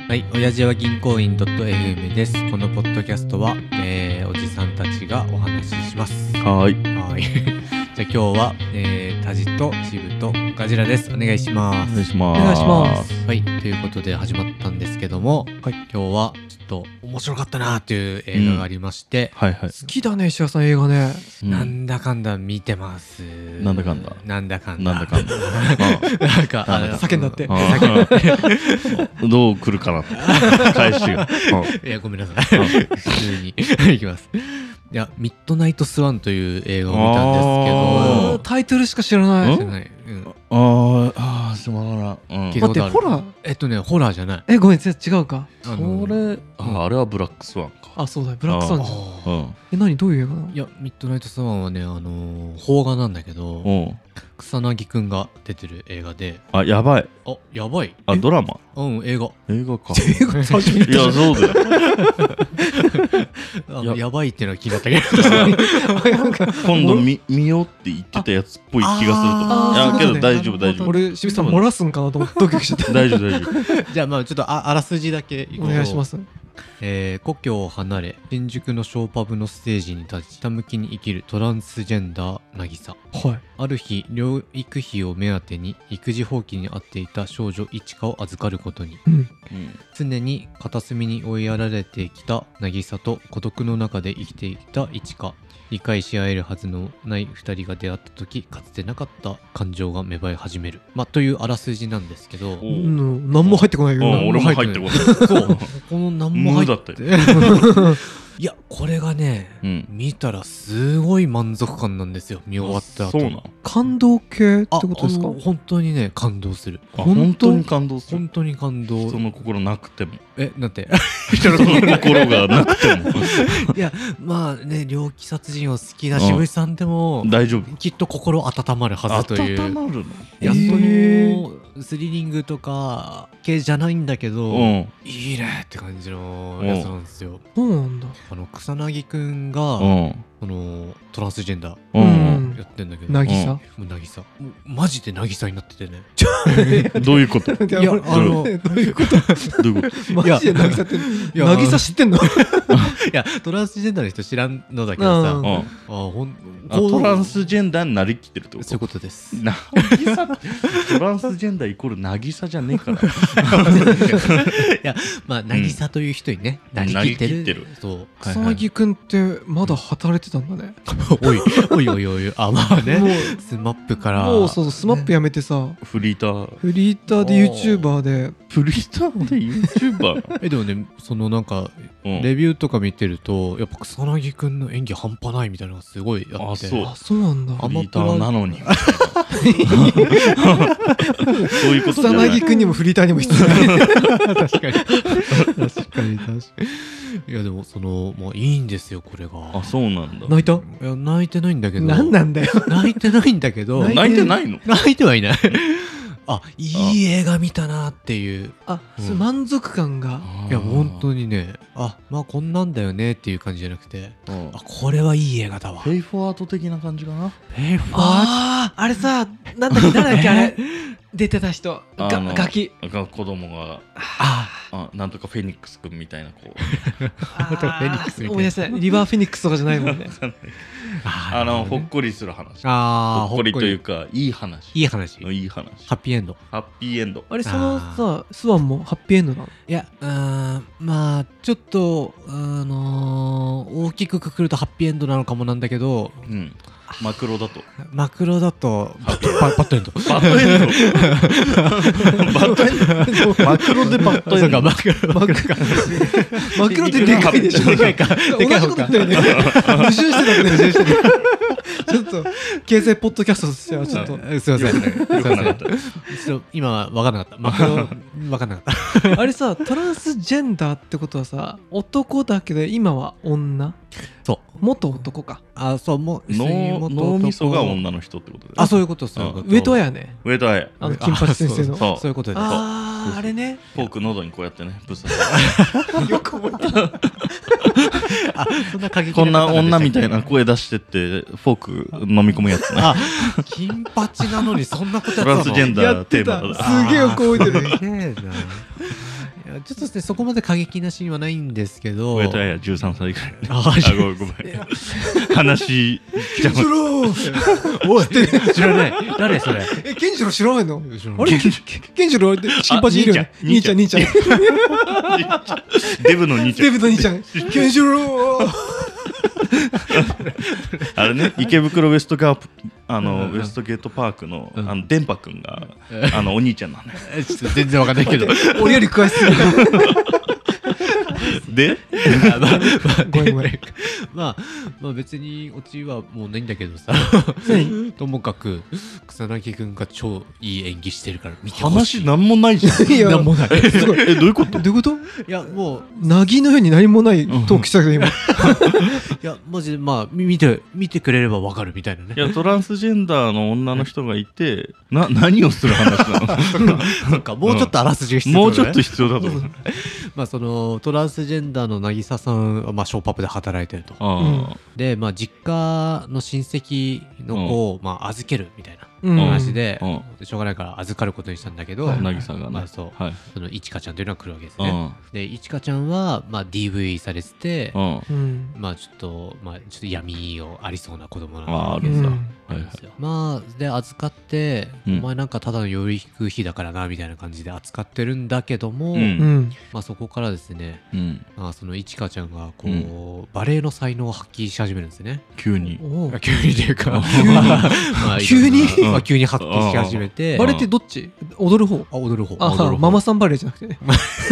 はい、親父は銀行員 .fm です。このポッドキャストは、おじさんたちがお話しします。 はい。 はい。じゃあ今日は、タジとシブとガジラです。お願いします。 お願いします。 お願いします。 はい、ということで始まったんですけども、はい、今日はちょっと面白かったなっていう映画がありまして、 はいはい。 好きだね、石川さん映画ね。 なんだかんだ見てます。 なんだかんだ。 なんだかんだ。 なんだかんだ。 なんか叫んだって。 どう来るかなって。返しが。 いや、ごめんなさい。普通にいきます。いや、ミッドナイトスワンという映画を見たんですけど、 タイトルしか知らない。 知らない。 すまらん。 聞いたことある。 ホラー？ ホラーじゃない。 ごめん、違うか。 それ、あれはブラックスワンか。 あ、そうだ、ブラックスワンじゃん。何、どういう映画なの？ いや、ミッドナイトスワンはね、邦画なんだけど、草薙くんが出てる映画で。 あ、やばい。 あ、やばい。 あ、ドラマ？ 映画。 映画か。 映画最初に言った。 いや、そうだよ。やばいっていうのは気になったけど。 今度見ようって言ってたやつっぽい気がすると。いや、けど大丈夫、大丈夫。 俺、渋さん漏らすんかなと思ってドキドキしちゃった。 大丈夫、大丈夫。 じゃあ、まあちょっとあらすじだけお願いします。 故郷を離れ新宿のショーパブのステージに立ち下向きに生きるトランスジェンダー渚。 はい。 ある日療育費を目当てに育児放棄に遭っていた少女いちかを預かることに、常に片隅に追いやられてきた渚と孤独の中で生きていたいちか、理解し合えるはずのない2人が出会った時、かつてなかった感情が芽生え始める、というあらすじなんですけど、 何も入ってこないよ。 俺も入ってこない。 そう、この何も入って無だったよ。 いや、これがね、見たらすごい満足感なんですよ、見終わった後。 そうなの？ 感動系ってことですか？ 本当にね、感動する。 本当に感動する。 本当に感動。 人の心なくても。 なんて人の心がなくても。 いや、まあね、猟奇殺人を好きな渋井さんでも大丈夫。 きっと心温まるはずという。 温まるの？ いや、そのスリリングとか系じゃないんだけど、いいねって感じのやつなんですよ。 そうなんだ。 草薙くんがトランスジェンダーやってんだけど、 渚マジで渚になっててね。 どういうこと？ いや、どういうこと？ どういうこと？マジで渚って渚知ってんの？いや、トランスジェンダーの人知らんのだけどさ、 トランスジェンダーになりきってるってこと？ そういうことです。 渚ってトランスジェンダーイコール渚じゃねえから。 いや、まあ渚という人にね、なりきってる。そう。 草薙くんってまだ働いてたんだね。 おい、まあね、スマップからもうスマップやめてさ、 フリーターで YouTuber で。 フリーターで YouTuber？ でもね、そのなんかレビューとか見てると、やっぱ草薙くんの演技半端ないみたいなのがすごいあって。 そうなんだ。 フリーターなのに。そういうことじゃない。 草薙くんにもフリーターにも必要ない。 確かに。いや、でもまあいいんですよ、これが。 あ、そうなんだ。 泣いた？ いや、泣いてないんだけど。 なんなんだよ。 泣いてないんだけど。 泣いてないの？ 泣いてはいない。いい映画見たなっていう。 満足感が。 いや、本当にね、まあこんなんだよねっていう感じじゃなくて、これはいい映画だわ。 ペイフォーアート的な感じかな。 ペイフォーアート？ あれさ、なんだっけあれ。出てた人。ガキ。 子供が。なんとかフェニックスくんみたいな子。 思い出せない。リバーフェニックスとかじゃないもんね。 ほっこりする話。ほっこりというか、いい話。 いい話。 ハッピーエンド。 あれ、そのさ、スワンもハッピーエンドなの？ いや、まあちょっと大きくくくるとハッピーエンドなのかもなんだけど、 マクロだとバッドエンド。 バッドエンド。マクロでバッドエンド。 マクロってでかいでしょ。 でかいか。 同じこと言ったよね。矛盾してた。ちょっと経済ポッドキャストとしてはちょっとすいません。今は分からなかった。マクロ分からなかった。 あれさ、トランスジェンダーってことはさ、男だけど今は女？ そう。 元男か。 そう、もう脳みそが女の人ってことで。 そういうこと。 上戸彩ね。 上戸彩。 金八先生の。 そういうことです。 あれね。 フォーク喉にこうやってね、ぶっ刺す。 よく覚えてる。 そんな過激こんな女みたいな声出してってフォーク飲み込むやつね。 あ、金八なのにそんなことやトランスジェンダーやってた。 テーマだ。 すげえよく覚えてる。 すげえな。いやちょっとですね、そこまで過激なシーンはないんですけど。 上戸彩13歳ぐらい。 あ、 ごめん。話、 ケンジローおい、知らない。誰それ。 ケンジロー知らないの？ 知らないあれケンジローって金八いるよね。兄ちゃん。 デブの兄ちゃん。 デブの兄ちゃん。ケンジローあれね、池袋ウエストゲートパークの電波くんがお兄ちゃんなんだよ。 ちょっと全然わかんないけど。 俺より詳しすぎる。 でごめん。 まあ別にオチはもうないんだけどさ。ともかく草薙くんが超いい演技してるから見てほしい。 話なんもないじゃん。 いやなんもない。 どういうこと？どういうこと？ いやもうなぎのように何もないトークしたけど今。 いやマジでまあ見てくれればわかるみたいなね。 いやトランスジェンダーの女の人がいて何をする話なの？ そっかもうちょっとあらすじが必要だね。 もうちょっと必要だと思う。 まあそのトランスジェンダーの渚さんはまあショーパブで働いてると。でまあ実家の親戚の子をまあ預けるみたいな話で、しょうがないから預かることにしたんだけど、 渚がね、 そう、そのいちかちゃんというのが来るわけですね。でいちかちゃんはまあ DV されてて、まあちょっと闇をありそうな子供なわけですよ。まあで預かってお前なんかただの養育費だからなみたいな感じで扱ってるんだけども、まあそこからですね、そのいちかちゃんがこうバレエの才能を発揮し始めるんですね。 急にというか急に急に発揮し始めて。 バレエってどっち？踊る方？ 踊る方。 ママさんバレエじゃなくてね。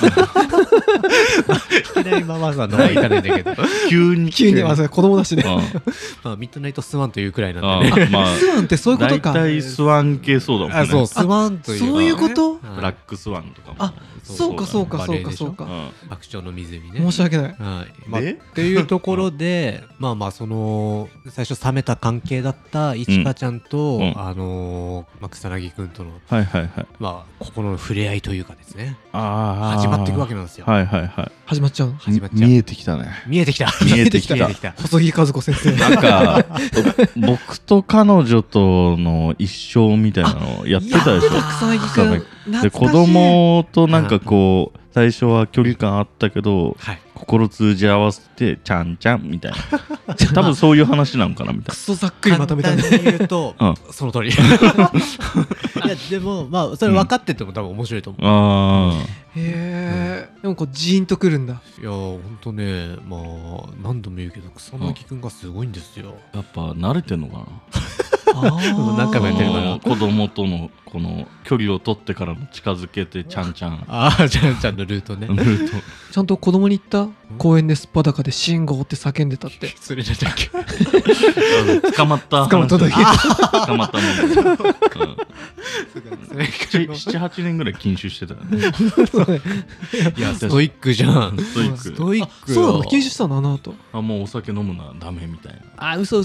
いきなりママさんのはいかないんだけど。 急に子供だしね。 まあミッドナイトスワンというくらいなんでね。 スワンってそういうことか。 大体スワン系そうだもんね。 そうスワンという。 そういうこと？ ブラックスワンとかも。 あ、そうか。 白鳥の湖ね。 申し訳ない。 っていうところで、まあその最初冷めた関係だったいちかちゃんと草薙くんとのまあ心の触れ合いというかですね。始まっていくわけなんですよ。 始まっちゃう。 見えてきたね。 見えてきた。 細木和子先生。 なんか僕と彼女との一生みたいなのやってたでしょ。 草薙くん。 で子供となんかこう最初は距離感あったけど、心通じ合わせてちゃんちゃんみたいな。多分そういう話なのかなみたいな。 クソざっくりまとめたね。 簡単に言うとその通り。いやでもまあそれ分かってても多分面白いと思う。 へえ。でもこうジーンとくるんだ。 いやほんとね、まあ何度も言うけど草薙くんがすごいんですよ。 やっぱ慣れてんのかな。 何回もやってるから子供とのこの距離を取ってからの近づけてちゃんちゃん。 ちゃんちゃんのルートね。 ちゃんと子供に言った公園で素っ裸で信号って叫んでたって。 それじゃだっけ。 捕まっただけ。 捕まったもん。7-8年ぐらい禁酒してたよね。 いやストイックじゃん。 ストイック。 そうなの？禁酒したのあの後。 もうお酒飲むのはダメみたいな。 嘘。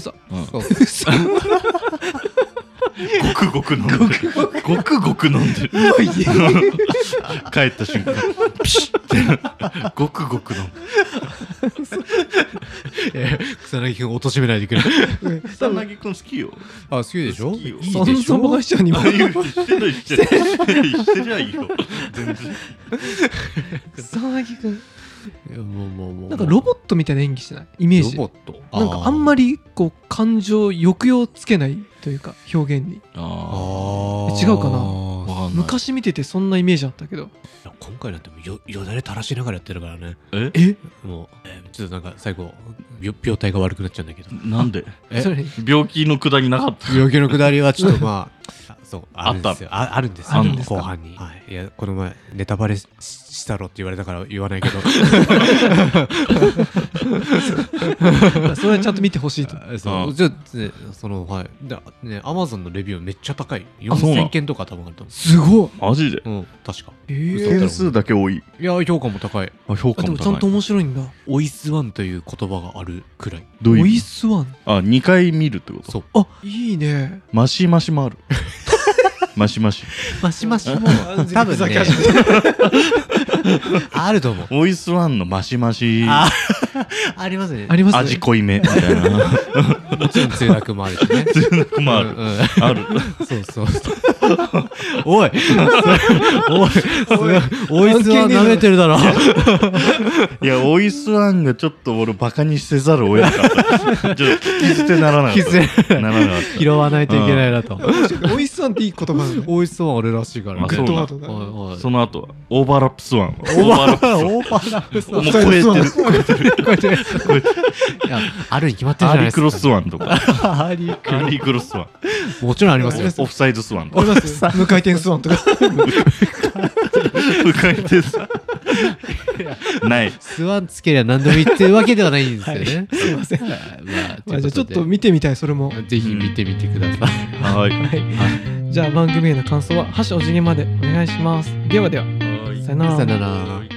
ごくごく飲んでる。ごくごく飲んでる。帰った瞬間ピシッてごくごく飲む。 草薙くん貶めないでくれ。 草薙くん好きよ。 好きでしょ。 そんばかしちゃうにも。 してりゃいいよ。全然。 草薙くん。 もうなんかロボットみたいな演技してないイメージ。 ロボット。 なんかあんまりこう感情抑揚つけないというか表現に。違うかな。昔見ててそんなイメージあったけど。 今回なんてもよだれ垂らしながらやってるからね。もうちょっとなんか最後病態が悪くなっちゃうんだけど。 なんで？病気のくだりなかった。 病気のくだりはちょっとまあそうあるんですよ。あるんですよ。後半に。いやこの前ネタバレしたろって言われたから言わないけど。 それはちゃんと見てほしいと。 じゃそのねAmazonのレビューめっちゃ高い。4000件とか多分あると思う。 すごい。 マジで？ 確か。 件数だけ多い。 いや評価も高い。 評価も高い。 でもちゃんと面白いんだ。 オイスワンという言葉があるくらい。 オイスワン。 2回見るってこと？ そう。 いいね。 マシマシもある。マシマシも多分ねあると思う。 オイスワンのマシマシありますね。 ありますね。 味濃いめみたいな。 もちろん通学もあるしね。 通学もある。ある。 そう。おいおいつは舐めてるだろ。 いや、おいすわんがちょっと俺バカにせざるを得なかった。ちょっと気づてならなかった。 拾わないといけないなと。 おいすわんっていい言葉なの。 おいすわんあるらしいからね。 そうなの。 その後はオーバーラップスワン。 オーバーラップスワン。 もう超えてる。 いや、あるに決まってるじゃないですか。 アーリークロススワンとか。 アーリークロススワン。 もちろんありますよ。 オフサイドスワンとか。 無回転スワンとか。 無回転スワン。ない。 スワンつけりゃ何でもいいっていうわけではないんですよね。 すいません。 まあじゃあちょっと見てみたい、それも。 ぜひ見てみてください。 はい。 じゃあ番組への感想は、おじげまでお願いします。ではでは。さよなら。 さよなら。